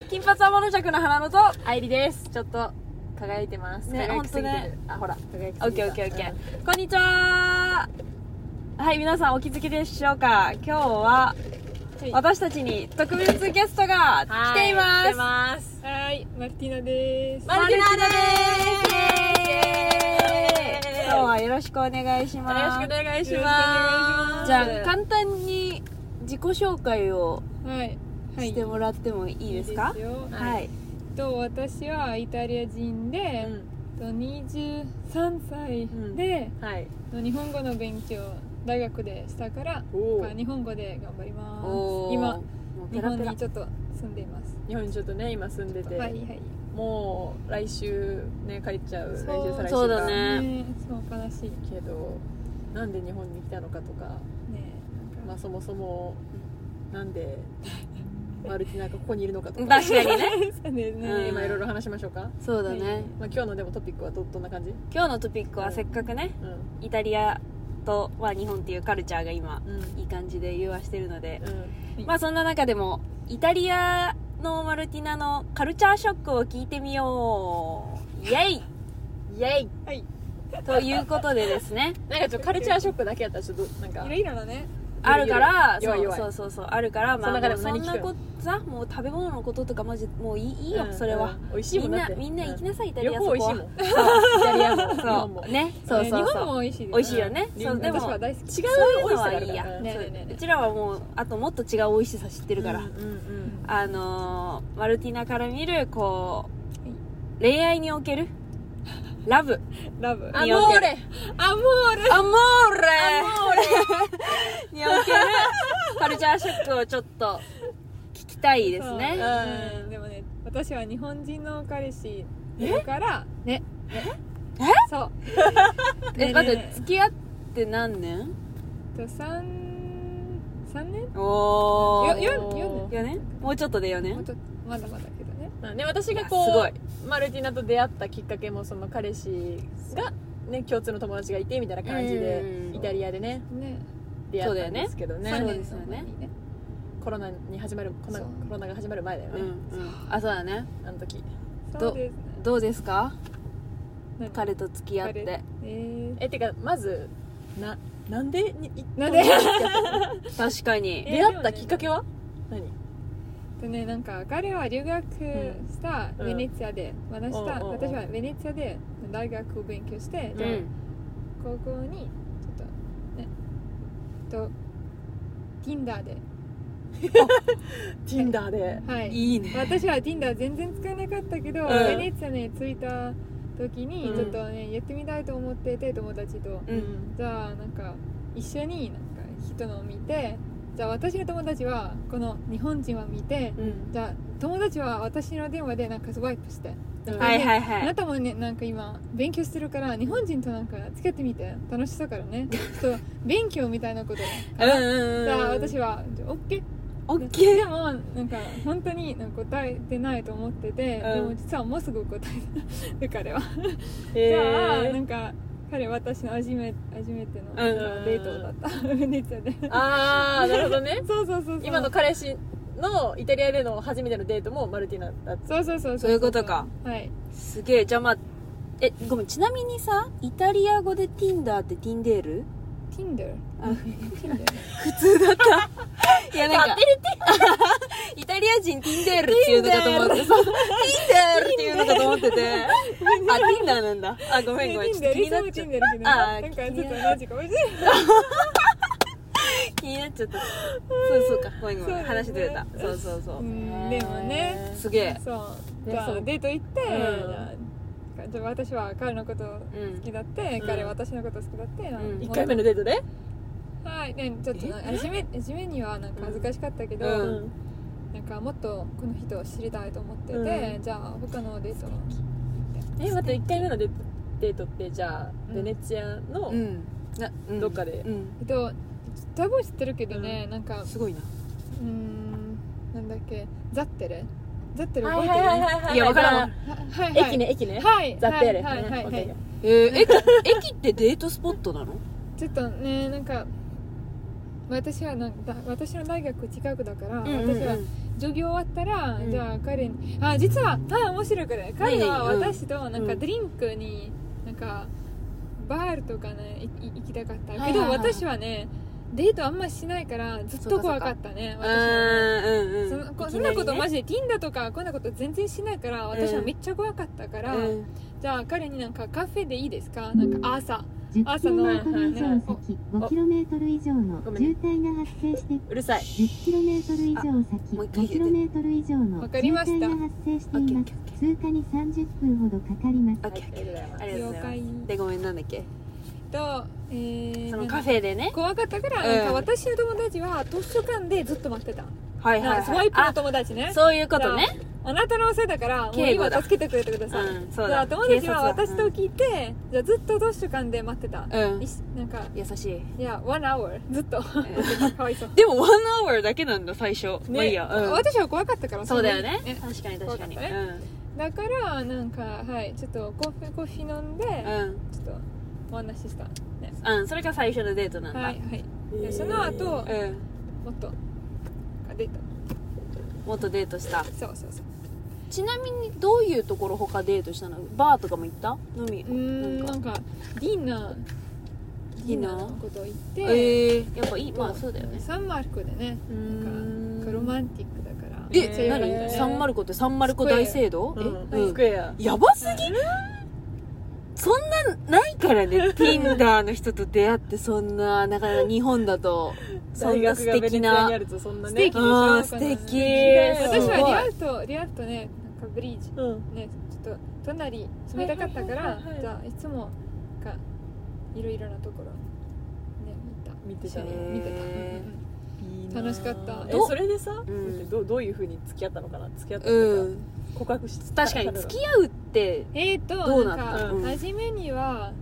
金髪天の弱の花野と愛理です。ちょっと輝いてます。 ね、 輝きすぎてる。 ほんとね。 あ、ほら、輝きすぎた。 オッケーオッケーオッケー。こんにちは。はい、皆さんお気づきでしょうか。今日は私たちに特別ゲストが来ています。 来てます。 はい、マルティナです。 マルティナです。今日はよろしくお願いします。 よろしくお願いしよろしくお願いしま。 ますす。 じゃあ簡単に自己紹介をはい、はい、 してもらってもいいですか？ いいですよ。 はい。 私はイタリア人で、23歳で、 はい。 日本語の勉強大学でしたからおー日本語で頑張ります。 おー今もう日ペラペラ本にちょっと住んでいます。 日本にちょっとね、今住んでて、 はいはい。 もう来週ね、帰っちゃう。来週そう再来週か。 そうだねそう悲しいけど、なんで日本に来たのかとか、 ね。 まあそもそも、なんで、マルティナがここにいるのかとか。 確かにね。 そうですね。 うん今いろいろ話しましょうか。 そうだね。 まあ今日のでもトピックはどんな感じ？ 今日のトピックはせっかくね、 うん。 イタリアと、日本っていうカルチャーが今うん。 いい感じで融和してるので、 うん。 まあそんな中でもイタリアのマルティナのカルチャーショックを聞いてみよう。イエイイェイ。 はい。 ということでですね、 なんかちょっとカルチャーショックだけやったらちょっとなんかいろいろなね。 あるから、 弱い弱いそうあるから、 その中でもそん何聞くのなことさ、もう食べ物のこととかマジもういいよ、 うんそれは。 美味しいもんだってみんな行きなさい、イタリア。 両方美味しいもん。 そこイタリアもは日本もそうね、そう日本もそう美味しいです。 美味しいよね。 うんそうでも私は大好き。 違うそういう美味しのはいいや。 さがあるから。 ねねねうちらはもうあともっと違う美味しさ知ってるから。 うんうんマルティナから見るこう恋愛におけるラブラブ。 アモにおけるーレアモール。 アモーレにおけるカルチャーショックをちょっと聞きたいですね。 でもね、私は日本人の彼氏いるからね。そう待って、付き合って何年？ 3年？ おー 4 4年？もうちょっとで4年？ もうちょっとまだまだけどね。 うん。で私がすこごいうマルティナと出会ったきっかけもその彼氏がね共通の友達がいてみたいな感じでうんイタリアでねね。 出会ったんですけどね。 そう 3 ですよね年の前にね。 コロナが始まる前だよね。 あ、そうだね。 あの時。 そうですね。 どうですか？ 何彼と付き合って。 てかまずなんでなんで確かに。 出会ったきっかけは何？ ね、なんか彼は留学したベネチアで、私はベネチアで大学を勉強して、 うん高校にちょっとねTinder で、 Tinder で。 はい、 いいね。 私は Tinder 全然使えなかったけど、ベネチアに着いた時にうんちょっとね、やってみたいと思ってて、友達と、 うんじゃあなんか一緒になんか人のを見て、じゃあ私の友達はこの日本人は見て、 うん。 じゃあ友達は私の電話でなんかスワイプして、 はいはいは。 あないたもね、なんか今勉強してるから日本人となんか付き合ってみて楽しそうからね、ちょっと勉強みたいなことかな。じゃあ私はオッケー。 オッケー。 でもなんか本当になんか答えてないと思ってて、でも実はもうすぐ答えた彼は。じゃあなんか彼私の初めてのデートだったベネチアで。 あー、なるほどね。 そう今の彼氏のイタリアでの初めてのデートもマルティナだった。 そういうことか。 はい。 すげえ。じゃあまあ、ごめん、ちなみにさ、イタリア語で Tinder ってティンデール？ Tinder。 普通だった。いやなんか、イタリア人 Tinder っていうのかと思ってさ、Tinder っていうのかと思ってて、あ、Tinder なんだ。あ、ごめん、ちょっと気になっちゃった Tinder けど、 あなんかちょっと同じかもしれない。 気になっちゃった。そうか、ごめん、 そうですね話ずれた。そうでもね、 すげえ。 そう。じゃあでそうデート行って、 うんじゃあ私は彼のこと好きだって、彼は私のこと好きだって、 ん 1回目のデートで？ はい、ね、ちょっと初めにはなんか恥ずかしかったけど、 うんなんかもっとこの人を知りたいと思ってて、 うんじゃあ他のデートを待って、1回目のデートってじゃあベネチアのどっかで？ 多分知ってるけどね、なんかすごいな。 なんだっけ、ザッテレ覚えてる？ いや、わからん。 はい駅ね。 はいザッテレ。 はいはいはい、 駅ってデートスポットなの？ ちょっとね、なんか私は私の大学近くだから、私は授業終わったら、じゃあ彼に実は面白くね、彼は私となんかドリンクになんかバーとかね行きたかったけど、私はねデートあんましないからずっと怖かったね。私はね、そんなことマジで Tinder とかこんなこと全然しないから、私はめっちゃ怖かったから、じゃあ彼になんかカフェでいいですか、なんか朝の 5km 以上の渋滞が発生してうるさい 10km 以上先 5km 以上の渋滞が発生しています。通過に30分ほどかかります。 ありがとうございます。でごめん、なんだっけと、 そのカフェでね怖かったから、なんか私の友達は図書館でずっと待ってた。 はいはいはい、 スワイプの友達ね。 そういうことね。 あなたのせいだからもう今助けてくれてください。 そうだ。友達は私と聞いて、じゃあずっと図書館で待ってた。 なんか優しい。 いや1 hour ずっと。かわいそう。 でも1 hour だけなんだ最初。まあいいや。 私は怖かったから。 そうだよね。確かに確かに。 だからなんかはいちょっとコーヒー飲んで、ちょっとお話ししたね。 それが最初のデートなんだ。 はいはい。でその後、もっとデート。 もっとデートした。 そうそうそう。 ちなみにどういうところ他デートしたの？バーとかも行った？飲み？ なんかディナーのこと言って、 やっぱいい、まあそうだよね。 サンマルコでね、なんかロマンティックだから。 何？サンマルコってサンマルコ大聖堂？ スクエア。 やばすぎる？そんなないからね。Tinder の人と出会ってそんななかなか日本だとそんな素敵な素敵でしょ。 素敵。 私はリアルとねなんかブリッジねちょっと隣住みたかったからじゃあいつもかいろいろなところね見てた楽しかった。 それでさどういう風に付き合ったのかな。付き合ったのか告白して確かに付き合うってどうなった？ 初めにはなんかなんだっ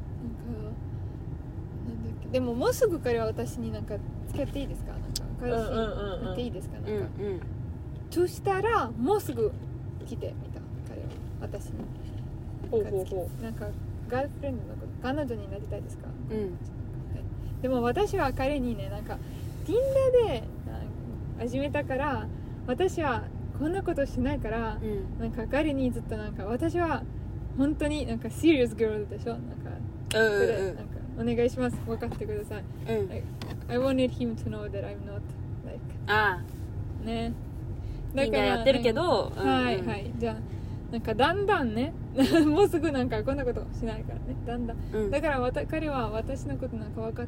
け、でももうすぐ彼は私になんか付き合っていいですか、なんか彼氏になっていいですか、なんかそしたらもうすぐ来てみた彼は私になんかガールフレンドの彼女になりたいですか、でも私は彼にねなんか Tinder で始めたから私はこんなことしないから、なんか彼にずっとなんか私は本当になんか serious girl でしょ、なんかなんかお願いします分かってください、I wanted him to know that I'm not like ねだからやってるけど、 はいはいじゃあなんかだんだんねもうすぐなんかこんなことしないからねだんだん、だから彼は私のことなんか分かって、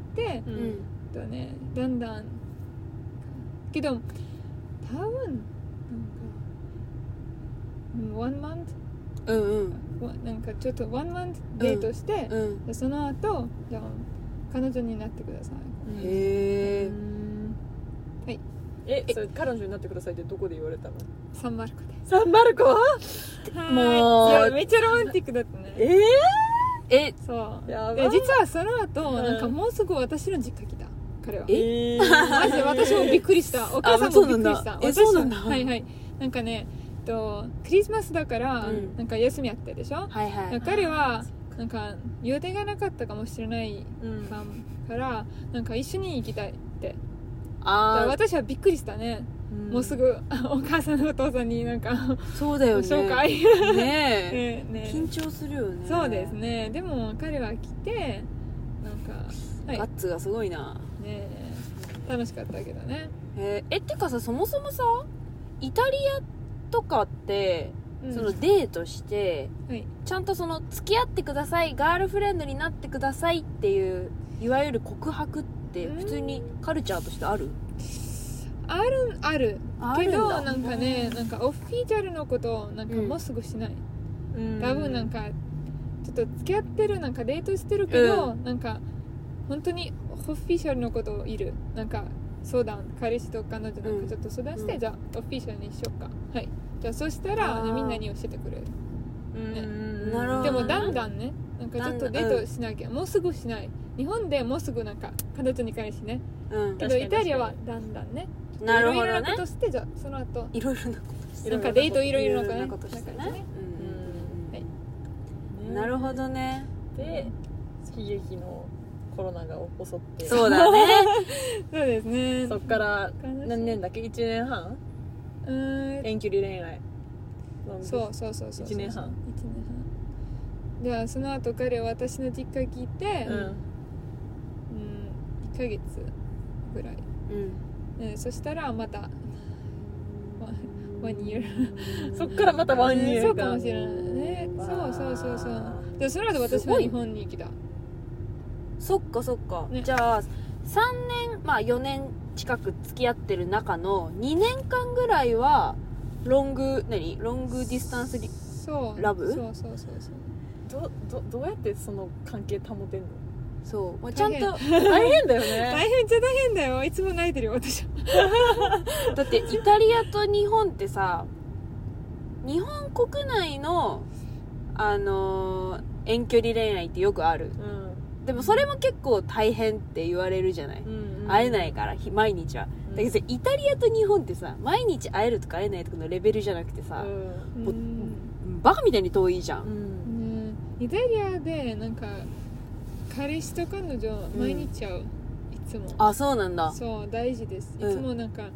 とねだんだんけど多分1 month なんかちょっと1 month デートして、その後じゃあ彼女になってください。 へえ。 はい。 それ彼女になってくださいってどこで言われたの？ サンマルコで。 サンマルコ？ もうめっちゃロマンティックだったね。そう。実はその後なんかもうすぐ私の実家来た彼は。マジで私もびっくりした。お母さんもびっくりした。 そうなんだ。 はいはい。なんかね。クリスマスだから、なんか休みあったでしょ、彼はなんか予定がなかったかもしれないから、なんか一緒に行きたいって私はびっくりしたね、もうすぐお母さんのお父さんになんかそうだよね紹介ね緊張するよね。 そうですね。でも彼は来てなんか、 ガッツがすごいなね。楽しかったけどね。 ってかさ、そもそもさイタリアとかって、そのデートして、ちゃんとその付き合ってくださいガールフレンドになってくださいっていういわゆる告白って普通にカルチャーとしてある？ あるけどなんかねなんかオフィシャルのことなんかもうすぐしない、多分なんかちょっと付き合ってるなんかデートしてるけど、なんか本当にオフィシャルのこといるなんか相談彼氏と彼女なんかちょっと相談して、じゃあオフィシャルにしようか、はいじゃあそしたらみんなに教えてくれる、 なるほどね。 でもだんだんねなんかちょっとデートしなきゃ、もうすぐしない。日本でもうすぐなんか彼女に彼氏ね、けどイタリアはだんだんねなるほどね。 いろいろなことして、じゃあその後いろいろなことしてなんかデートいろいろなことしてね。なるほどね。 で悲劇のコロナが襲ってそうだねそうですね。 そっから何年だっけ1年半遠距離恋愛そう 1年半ではその後彼は私の実家聞いて、1ヶ月ぐらい、そしたらまた1 year そっからまた1 year そうかもしれないね。そうでその後私は日本に来た。 そっか、ね、じゃあ3年まあ4年近く付き合ってる中の2年間ぐらいはロングディスタンスラブ？ そうどうやってその関係保てんの？ そう、まあ、ちゃんと大変だよね大変だよ。いつも泣いてるよ私だってイタリアと日本ってさ、日本国内の遠距離恋愛ってよくある、でもそれも結構大変って言われるじゃない、会えないから毎日は、だけどイタリアと日本ってさ、毎日会えるとか会えないとかのレベルじゃなくてさ、バカみたいに遠いじゃん、 イタリアでなんか彼氏と彼女毎日会う、いつも。 あ、そうなんだ。 そう大事です。いつもなんか、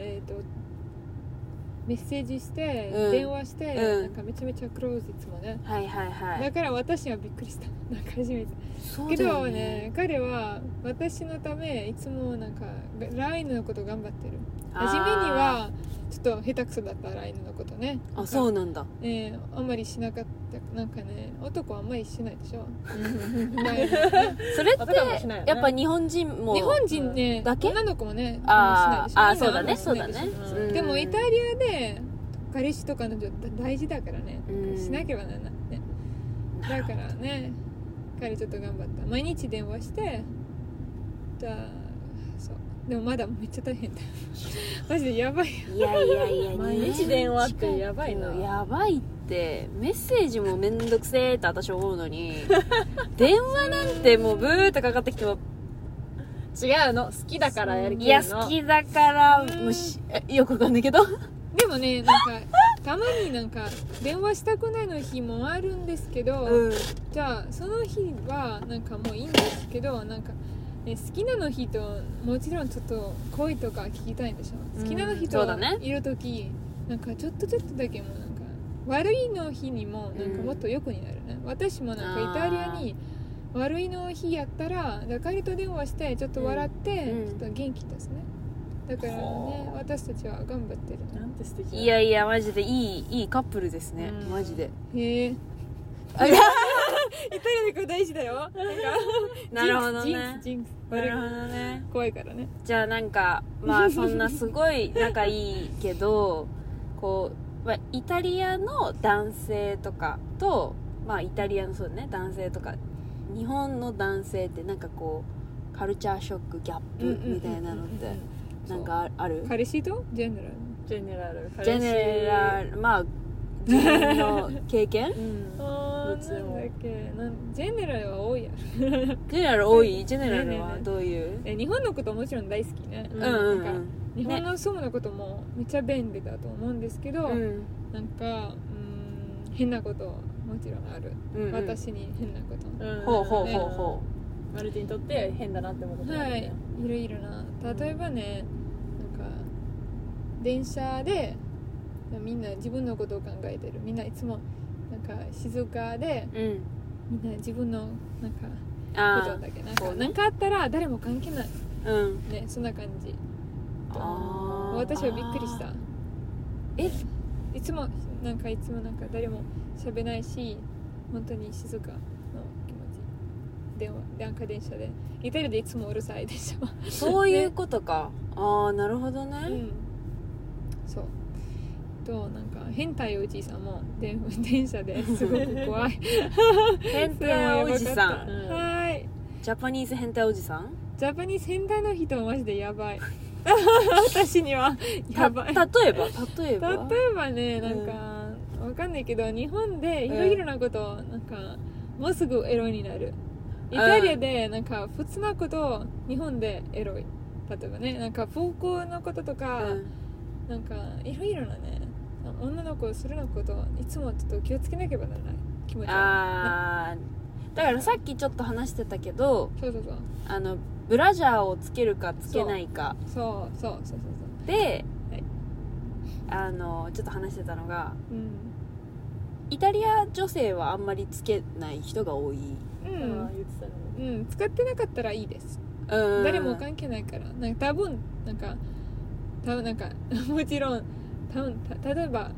メッセージして、電話して、なんかめちゃめちゃクローズいつもね。だから私はびっくりした。なんか初めて。けどね、彼は私のためいつもなんかLINEのこと頑張ってる。初めにはちょっと下手くそだった LINE のことね。 あ、そうなんだ。 あんまりしなかった。なんかね、男はあんまりしないでしょそれってやっぱ日本人ねだけ女の子もね、 あ、そうだね。 でもイタリアで彼氏とかの大事だからね、しなければならないね。だからね、彼ちょっと頑張った。毎日電話してそうでもまだめっちゃ大変だよマジでやばい。 いや毎日電話ってやばいな。 やばいって、メッセージもめんどくせーって私思うのに電話なんてもうブーってかかってきても違うの、好きだからやる気の。 いや好きだからよくわかんないけどでもね、なんかたまになんか電話したくないの日もあるんですけど、じゃあその日はなんかもういいんですけど、なんか好きなの人もちろんちょっと恋とか聞きたいんでしょ。好きなの人いるとき、なんかちょっとだけもなんか悪いの日にもなんかもっと良くになるね。私もなんかイタリアに悪いの日やったら彼と電話してちょっと笑って、ちょっと元気ですね。だからね、私たちは頑張ってる。 なんて素敵。 いやマジでいいカップルですね、マジで。 へえイタリアでこれ大事だよ。なんかなるほどね。 ジンクスなるほどね。 怖いからね。 じゃあなんかまあそんなすごい仲いいけどこう、まあ、イタリアの男性とかと、まあイタリアのそうね男性とか日本の男性ってなんかこうカルチャーショックギャップみたいなのってなんかある？ 彼氏とジェネラルまあ自分の経験？ なんだっけ、ジェネラルは多いやジェネラル多い？ジェネラルはどういう？ 日本のこともちろん大好きね。なんか日本の住むのこともめっちゃ便利だと思うんですけど、なんか変なこともちろんある。私に変なこと。 ほう。 マルティにとって変だなって思うことはい、いろいろな。例えばね、なんか電車でみんな自分のことを考えてる。みんないつもなんか静かで、みんな自分のなんかことだけなんかあったら誰も関係ない。ね、そんな感じ。私はびっくりした。いつもなんか誰も喋らないし、本当に静かの気持ち。電車でイタリアでいつもうるさいでしょそういうことか。なるほどね。 そうとなんか変態おじさんも電車ですごく怖い変態おじさん。 はい。 ジャパニーズ変態おじさん？ ジャパニーズ変態の人はマジでやばい私にはやばい。 例えばね、なんかわかんないけど日本でいろいろなことなんかもうすぐエロいになる。イタリアでなんか普通なこと日本でエロい。例えばね、なんか暴行のこととか、なんかいろいろなね女の子するのこといつもちょっと気をつけなければならない気持ちだからさっきちょっと話してたけど、 そうブラジャーをつけるかつけないかそうで、 はい、 ちょっと話してたのが、 うん、 イタリア女性はあんまりつけない人が多い、 言ってたね、使ってなかったらいいです、誰も関係ないから。なんか多分なんかもちろん例えば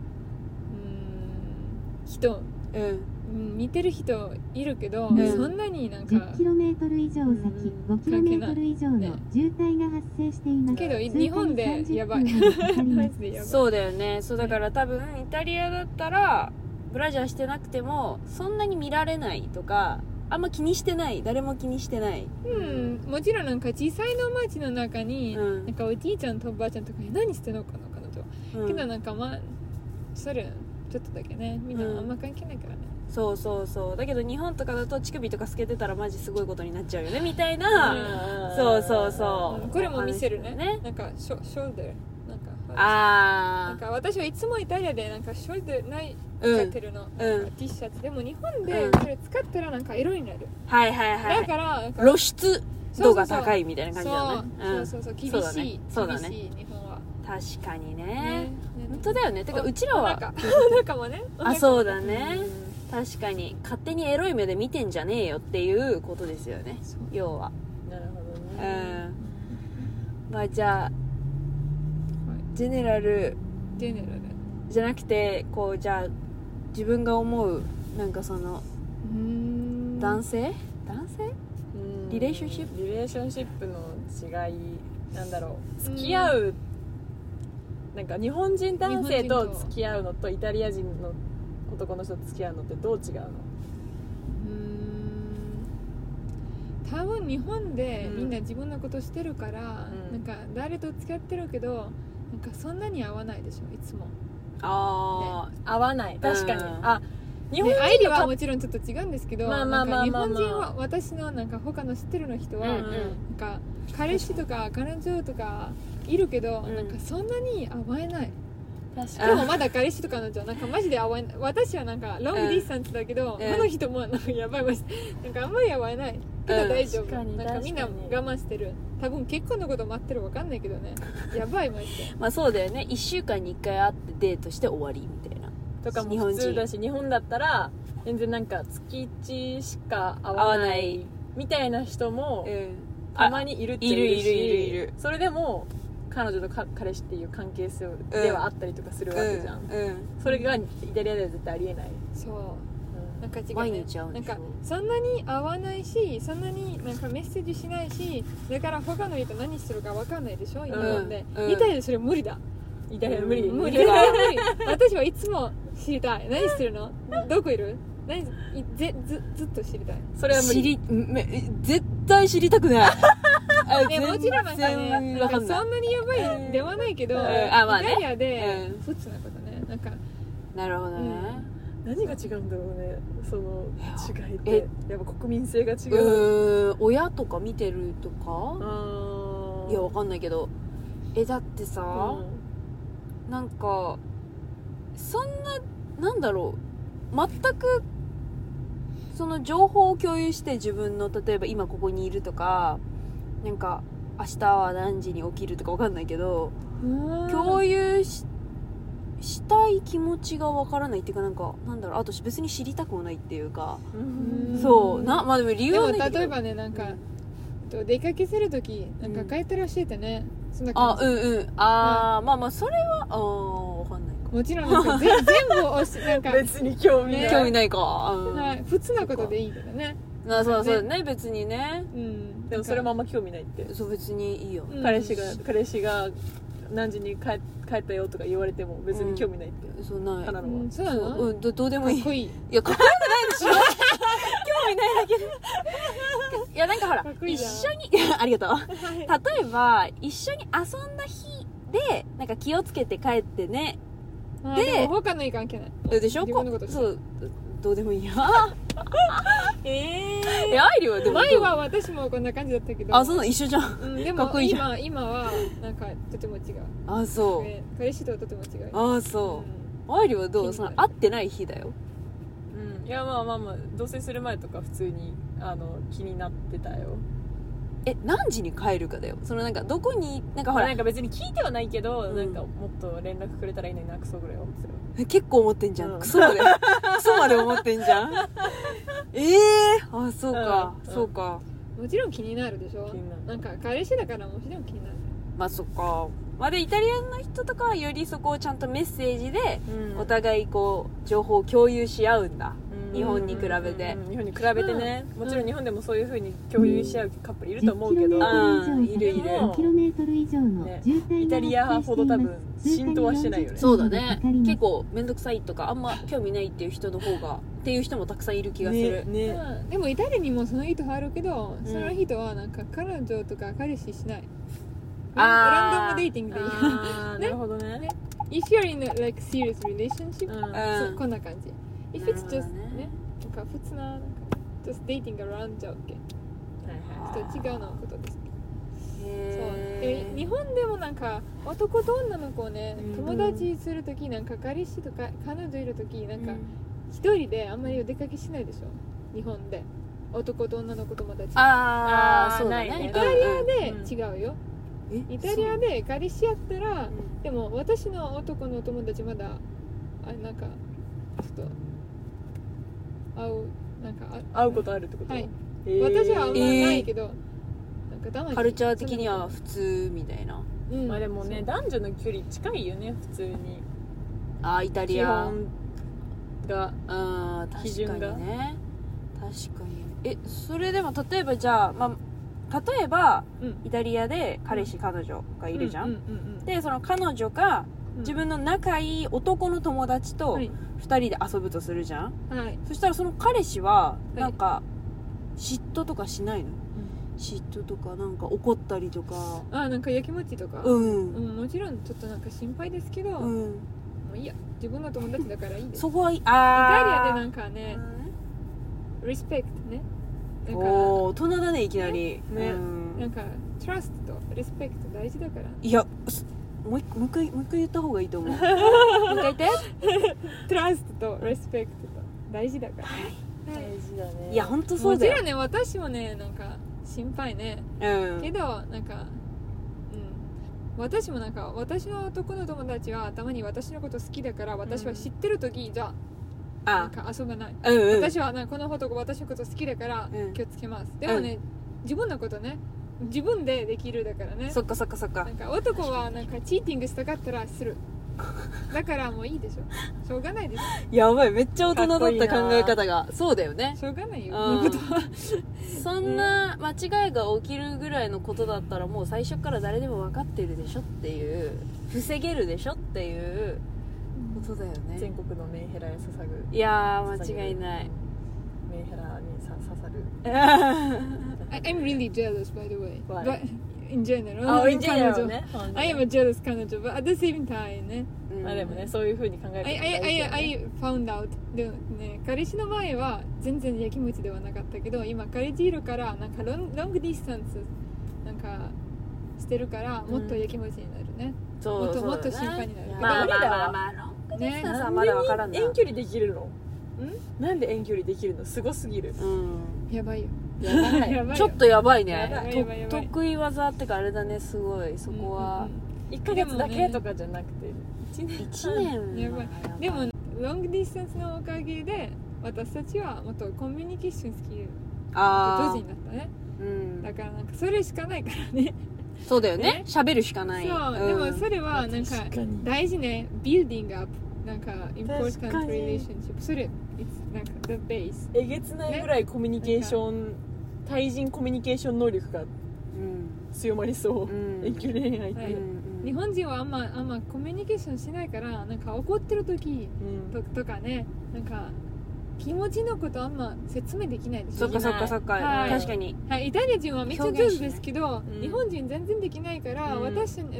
人、見てる人いるけど、そんなになんか 10km 以上先 5km 以上の渋滞が発生しています、 けど日本でやばいそうだよね。そうだから多分イタリアだったらブラジャーしてなくてもそんなに見られないとか、あんま気にしてない、誰も気にしてない。 もちろんなんか小さいの町の中に、なんかおじいちゃんとおばあちゃんとかに何してんのかな彼女、けどなんかそれちょっとだけね、みんなあんま関係ないからね、 そうだけど日本とかだと乳首とか透けてたらマジすごいことになっちゃうよねみたいな、そうこれも見せるね、なんかショルダーなんか私はいつもイタリアでなんかショルダーない使ってるの、T シャツでも日本でそれ使ったらなんか色になる、だから露出度が高いみたいな感じだね。 そう厳しい日本は確かにね、本当だよね。てかうちらは中もね、 そうだね、確かに勝手にエロい目で見てんじゃねえよっていうことですよね、要は。 なるほどね。 まあじゃあジェネラルじゃなくてこう、じゃあ自分が思うなんかその男性リレーションシップの違い、なんだろう、付き合う、なんか日本人男性と付き合うのとイタリア人の男の人と付き合うのってどう違うの？ 多分日本でみんな自分のことしてるから、なんか誰と付き合ってるけどなんかそんなに合わないでしょいつも。 合わない、確かに。日本人のアイディはもちろんちょっと違うんですけど、日本人は私のなんか他の知ってるの人は、なんか彼氏とか彼女とかいるけど、なんかそんなに合えない。でもまだ彼氏とか彼女なんかマジで合えない。私はなんかロングディスタンスだけど、あの人もなんかやばいマジなんかあんまり合えないけど大丈夫、なんかみんな我慢してる。多分結婚のこと待ってるわかんないけどね、やばいマジで。 まあそうだよね、1週間に1回会ってデートして終わりみたいなとかも普通だし、日本だったら全然なんか月1しか会わないみたいな人もたまにいるっていうし、いる。それでも彼女と彼氏っていう関係性ではあったりとかするわけじゃん、それがイタリアでは絶対ありえない。なんか違う、ね、 毎日会うんでしょ。 なんかそんなに会わないし、そんなになんかメッセージしないし、だから他の人何してるか分かんないでしょ日本で、イタリアでそれ無理だ。 イタリア無理私はいつも知りたい。何してるの？どこいる？ずっと知りたい。 それは無理。絶対知りたくない。 もちろんなんかね、なんかそんなにやばいではないけど、イタリアで普通なことね。なんかなるほどね。 何が違うんだろうね。その違いってやっぱ国民性が違う。 親とか見てるとか？いやわかんないけど、だってさ、なんかそんななんだろう、全くその情報を共有して自分の例えば今ここにいるとか、なんか明日は何時に起きるとかわかんないけど、共有したい気持ちがわからないっていうか、なんかなんだろう、あと別に知りたくもないっていうか、そうな、まあでも理由はないけど、 でも例えばね、なんか、出かけするときなんか帰ってらっしゃってね、そんな感じ。まあそれはわかんないか。 もちろんなんか全部なんか別に興味ないか、 普通なことでいいからね。 そうね、別にね。 でもそれもあんま興味ないって。 そう、別にいいよ。 彼氏が何時に帰ったよとか言われても別に興味ないって。 そうない。 そうなの？ どうでもいい。 かっこいい。 いや、かっこよくないでしょ。興味ないだけで。いや、なんかほら、一緒にありがとう。例えば一緒に遊んだ日でなんか気をつけて帰ってね。 でも他のいい関係ない。 でしょ？そう、どうでもいいや。アイリはでも前は私もこんな感じだったけど。 そうなの、一緒じゃん。 でも今はなんかとても違う。 そう。 彼氏とはとても違う。 そう。アイリはどう？その会ってない日だよ。 いやまあ同棲する前とか普通に気になってたよ。 何時に帰るかだよ。そのなんかどこになんかほらなんか別に聞いてはないけど、なんかもっと連絡くれたらいいのにな、クソぐらい思ってたよ。 結構思ってんじゃん、クソまで思ってんじゃん。あ、そうか、そうか。 もちろん気になるでしょ。なんか彼氏だからもちろん気になる。 まあそっか。まあでイタリアの人とかはよりそこをちゃんとメッセージでお互いこう情報を共有し合うんだ。日本に比べて、 日本に比べてね、もちろん日本でもそういう風に共有し合うカップルいると思うけど、 いるイタリアほど多分浸透はしてないよね。 そうだね。結構面倒くさいとかあんま興味ないっていう人の方がっていう人もたくさんいる気がするね。 でもイタリアにもその人はあるけど、その人はなんか彼女とか彼氏しない。ランダムデーティングでいい。 なるほどね。 If you're in a like serious relationship、こんな感じ。If it's just ね、なんか普通ななんか just dating around じゃ OK。ちょっと違うのことです。そう。日本でもなんか男と女の子をね、友達するときなんか彼氏とか彼女いるときなんか一人であんまりお出かけしないでしょ。日本で男と女の子友達。 そうだね。 イタリアで違うよ。イタリアで彼氏やったら、でも私の男の友達まだなんかちょっと会うことあるってこと？ はい。私はあんまりないけど、なんかダマカルチャー的には普通みたいな。 まあでもね、男女の距離近いよね、普通に。 イタリア基本が基準がね。確かに。それでも例えばじゃあ例えば、イタリアで彼氏彼女がいるじゃん。でその彼女が自分の仲いい男の友達と2人で遊ぶとするじゃん、そしたらその彼氏はなんか嫉妬とかしないの？嫉妬とかなんか怒ったりとかなんかやきもちとかもちろんちょっとなんか心配ですけど、もういいや、自分の友達だからいいです。 そこはイタリアでなんかね、リスペクトね、 大人だねいきなりね。 なんかトラストとリスペクト大事だから。 いやもう一回言った方がいいと思う。もう一回言って。 トラストとリスペクトと大事だから。 大事だね。 いや本当そうだよ。 もちろんね、私もねなんか心配ね。けどなんか私もなんか私の男の友達はたまに私のこと好きだから私は知ってる時じゃなんか遊ばない。私はなんかこの男私のこと好きだから気をつけます。でもね、自分のことね。自分でできるだからね。 そっか。 なんか男はなんかチーティングしたかったらする。だからもういいでしょ。しょうがないです。 やばい、めっちゃ大人だった考え方が。そうだよね。 しょうがないよ。 そんな間違いが起きるぐらいのことだったらもう最初から誰でも分かってるでしょっていう、防げるでしょっていうことだよね。 全国のメンヘラへ捧ぐ。 いやー間違いない。 メンヘラに刺さる。 I'm really jealous, by the way. Why? But in general, in general ね。 I am a jealous 彼女 but at the same time ね。 でもね、そういう風に考える。 I found out でね、彼氏の前は全然やきもちではなかったけど、今彼氏いるからなんかロングディスタンスなんかしてるからもっとやきもちになるね。もっと心配になる。 まあロングディスタンスはまだ分からんな。 遠距離できるの？なんで遠距離できるの？すごすぎる。 やばいよ。 ちょっとやばいね。得意技ってかあれだね、すごいそこは。 1ヶ月だけとかじゃなくて 1年。 やばい。でもロングディスタンスのおかげで私たちはもっとコミュニケーションスキル上手になったね。だからなんかそれしかないからね。 そうだよね。喋るしかない。 そう。でもそれはなんか大事ね。ビルディングアップ。なんか important relationship それなんか the base えげつないぐらいコミュニケーション、対人コミュニケーション能力が強まりそう、遠距離恋愛って、 日本人はあんまコミュニケーションしないからなんか怒ってる時とかね、なんか気持ちのことあんま説明できないですよね。 そっか、確かに、 イタリア人はめっちゃ上手ですけど、日本人全然できないから、私に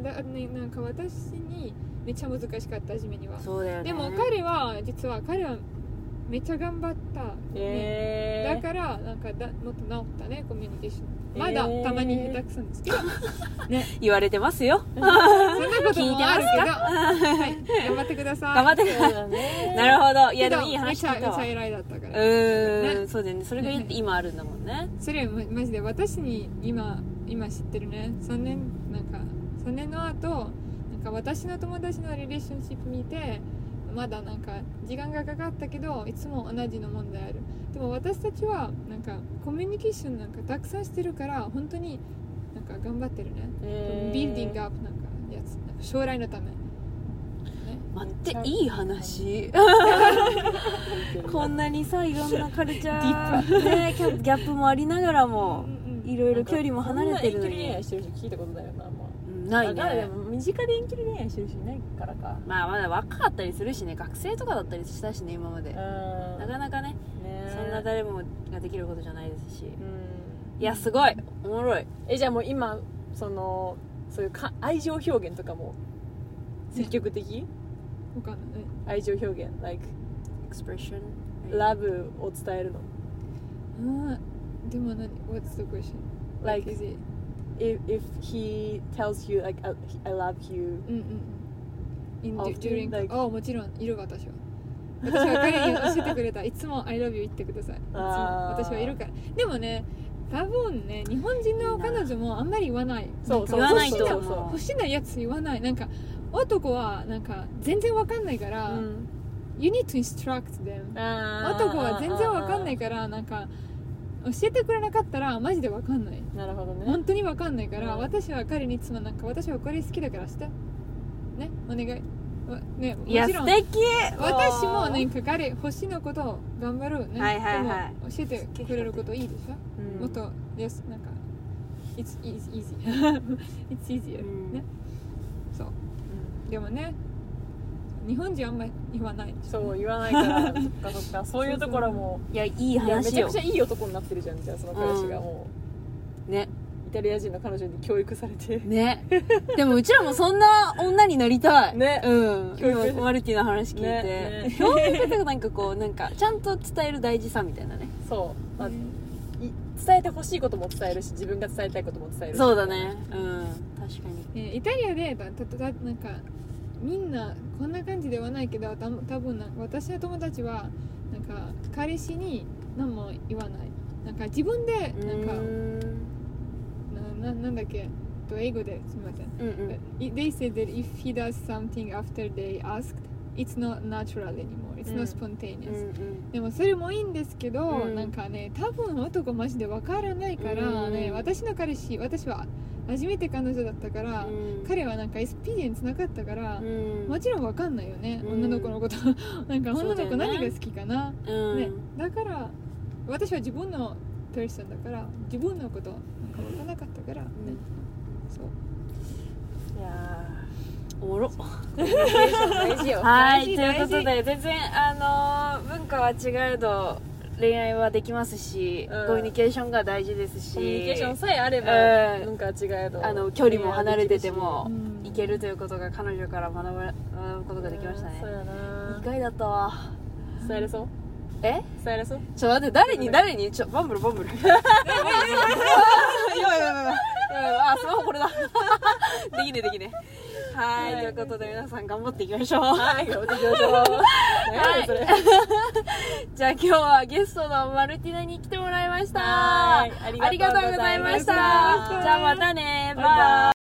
めっちゃ難しかった初めには。 そうだよね。 でも彼はめっちゃ頑張った、だからなんかもっと治ったねコミュニケーション。まだたまに下手くそんですけど、ね、 言われてますよ。 そんなこともあるけど、はい、頑張ってください。 頑張ってください。なるほど。いやでもいい話聞いたわ。 めちゃ偉いだったから。 ね、そうだよね。それが今あるんだもんね。 それマジで私に今知ってるね。3年の後なんか私の友達のリレーションシップ見て。まだなんか時間がかかったけどいつも同じの問題ある。でも私たちはなんかコミュニケーションなんかたくさんしてるから本当になんか頑張ってるね。ビルディングアップなんかやつなんか将来のため、ね、 待っていい話こんなにさいろんなカルチャー、ね、ギャップもありながらもいろいろ距離も離れてるのに。 こんな遠距離恋愛してる人聞いたことないよな。 ないね。 でも身近で遠距離恋愛してる人いないからか。 まあまだ若かったりするしね、学生とかだったりしたしね今まで。なかなかねそんな誰もができることじゃないですし。いやすごいおもろい。 じゃあもう今そういう愛情表現とかも積極的？ わかんない。 愛情表現 like expression love を伝えるの。 でも何 What's the question? Like is it if he tells you like I love you during like もちろんいる私は彼に教えてくれたいつも I love you 言ってください。いつも私はいるから。でもね多分ね日本人の彼女もあんまり言わない。 そう言わないと欲しいやつ言わない。なんか男はなんか全然わかんないから、You need to instruct them。 男は全然わかんないからなんか教えてくれなかったらマジでわかんない。 なるほどね。 本当にわかんないから、私は彼にいつもなんか私はこれ好きだからしてねお願いね。もちろんいや素敵。 私もなんか彼欲しいのことを頑張るね。 はいはいはい。 でも教えてくれることいいでしょ。もっとですなんか It's easy It's easier、ね。そう、でもね日本人あんまり言わない。 そう言わないからそっかそういうところもいやいい話よ。 めちゃくちゃいい男になってるじゃん。じゃあその彼氏がもう、 ねイタリア人の彼女に教育されてね。でもうちらもそんな女になりたいね。今マルティの話聞いて、教育とかなんかこうなんかちゃんと伝える大事さみたいなね。 そう、伝えてほしいことも伝えるし自分が伝えたいことも伝えるし。 そうだね。確かに、イタリアでなんかみんなこんな感じではないけど多分私の友達はなんか彼氏に何も言わない。なんか自分でなんかなんだっけ英語ですみません。They said that if he does something after they asked, it's not natural anymore. It's not spontaneous. でもそれもいいんですけど、なんかね多分男マジでわからないからね。私の彼氏、私は初めて彼女だったから、彼はなんかエスピリエンスなかったから、もちろんわかんないよね、女の子のことなんか女の子何が好きかな、ね、だから私は自分のペーソンだから自分のことなんかわからなかったから、ね、そういやおもろ大事よ。 はいということで全然文化は違えど恋愛はできますし、コミュニケーションが大事ですし、 コミュニケーションさえあれば文化は違えど、 距離も離れててもいけるということが彼女から学ぶことができましたね。 そうやな。 意外だったわ。 伝えれそう？ 伝えれそう？ ちょ待って誰にバンブルあスマホこれだできねはい、ということで皆さん頑張っていきましょう。 はい頑張っていきましょう。はいそれじゃあ今日はゲストのマルティナに来てもらいました。ありがとうございました。じゃあまたねバイバイ。